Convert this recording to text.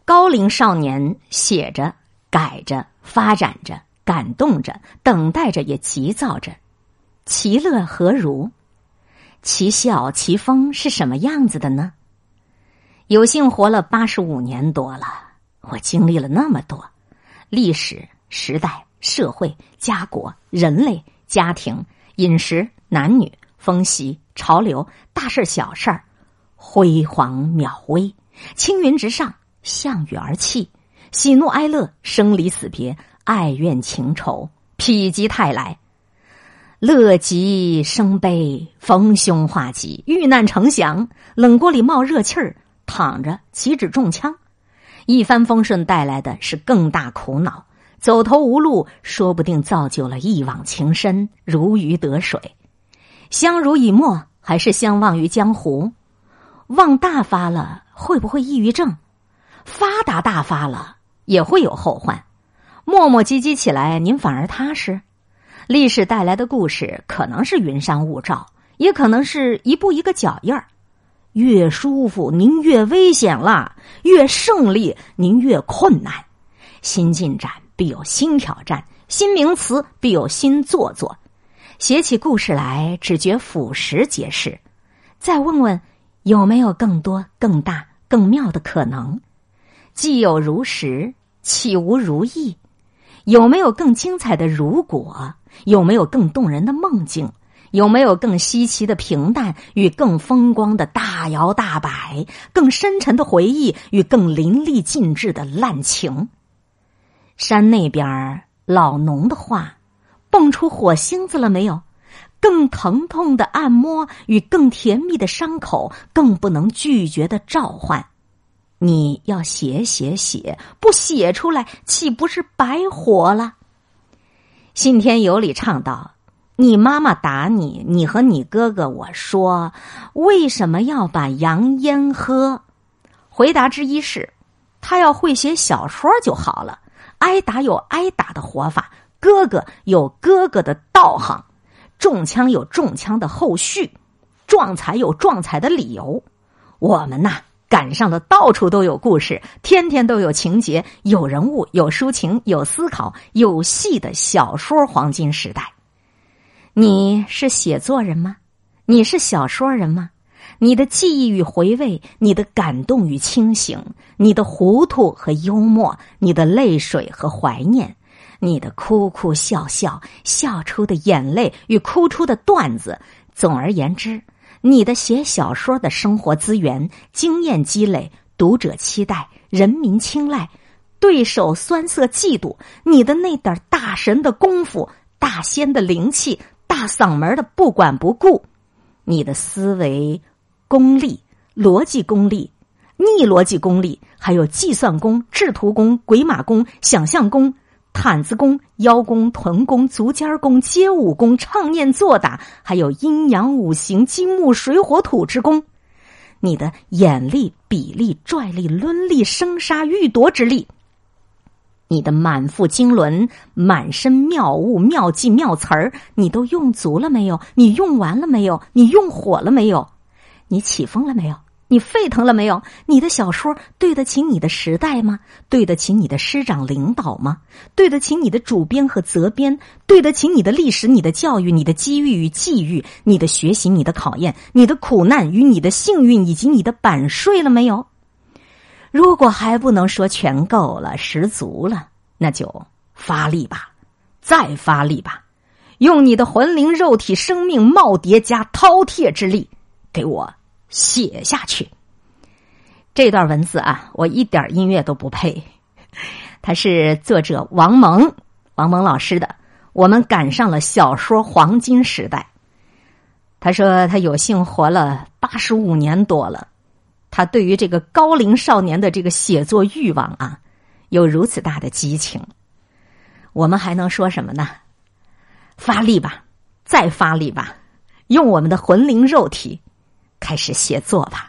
高龄少年写着、改着、发展着、感动着、等待着，也急躁着，其乐何如？其笑其风是什么样子的呢？有幸活了85年多了，我经历了那么多历史、时代、社会、家国、人类、家庭、饮食、男女、风习、潮流，大事小事儿，辉煌渺微，青云直上，向雨而泣，喜怒哀乐，生离死别，爱怨情仇，否极泰来，乐极生悲，逢凶化吉，遇难成祥，冷锅里冒热气儿，躺着岂止中枪。一帆风顺带来的是更大苦恼，走投无路，说不定造就了一往情深，如鱼得水。相濡以沫，还是相忘于江湖？忘大发了，会不会抑郁症？发达大发了，也会有后患。磨磨唧唧起来，您反而踏实。历史带来的故事，可能是云山雾罩，也可能是一步一个脚印儿。越舒服，您越危险了；越胜利，您越困难。新进展必有新挑战，新名词必有新做作。写起故事来，只觉俯拾皆是。再问问，有没有更多、更大、更妙的可能？既有如实，岂无如意？有没有更精彩的如果？有没有更动人的梦境？有没有更稀奇的平淡与更风光的大摇大摆？更深沉的回忆与更淋漓尽致的滥情？山那边老农的话蹦出火星子了没有？更疼痛的按摩与更甜蜜的伤口，更不能拒绝的召唤。你要写，不写出来，岂不是白活了？信天有理唱道，你妈妈打你，你和你哥哥我说，为什么要把洋烟喝？回答之一是，他要会写小说就好了。挨打有挨打的活法，哥哥有哥哥的道行，中枪有中枪的后续，撞彩有撞彩的理由。我们呐，赶上了到处都有故事，天天都有情节，有人物，有抒情，有思考，有戏的小说黄金时代。你是写作人吗？你是小说人吗？你的记忆与回味，你的感动与清醒，你的糊涂和幽默，你的泪水和怀念，你的哭哭笑笑，笑出的眼泪与哭出的段子，总而言之，你的写小说的生活资源、经验积累、读者期待、人民青睐、对手酸涩嫉妒，你的那点大神的功夫、大仙的灵气、大嗓门的不管不顾，你的思维功力、逻辑功力、逆逻辑功力，还有计算功、制图功、鬼马功、想象功、毯子功、腰功、臀功、足尖功、街舞功、唱念做打，还有阴阳五行、金木水火土之功。你的眼力、笔力、拽力、抡力、生杀予夺之力，你的满腹经纶、满身妙物、妙计、妙词儿，你都用足了没有？你用完了没有？你用火了没有？你起风了没有？你沸腾了没有？你的小说对得起你的时代吗？对得起你的师长领导吗？对得起你的主编和责编？对得起你的历史、你的教育、你的机遇与际遇、你的学习、你的考验、你的苦难与你的幸运以及你的版税了没有？如果还不能说全够了、十足了，那就发力吧，再发力吧，用你的魂灵肉体生命耄耋加饕餮之力，给我写下去。这段文字啊，我一点音乐都不配，它是作者王蒙老师的《我们赶上了小说黄金时代》。他说他有幸活了85年多了，他对于这个高龄少年的这个写作欲望啊，有如此大的激情。我们还能说什么呢？发力吧，再发力吧，用我们的魂灵肉体开始写作吧。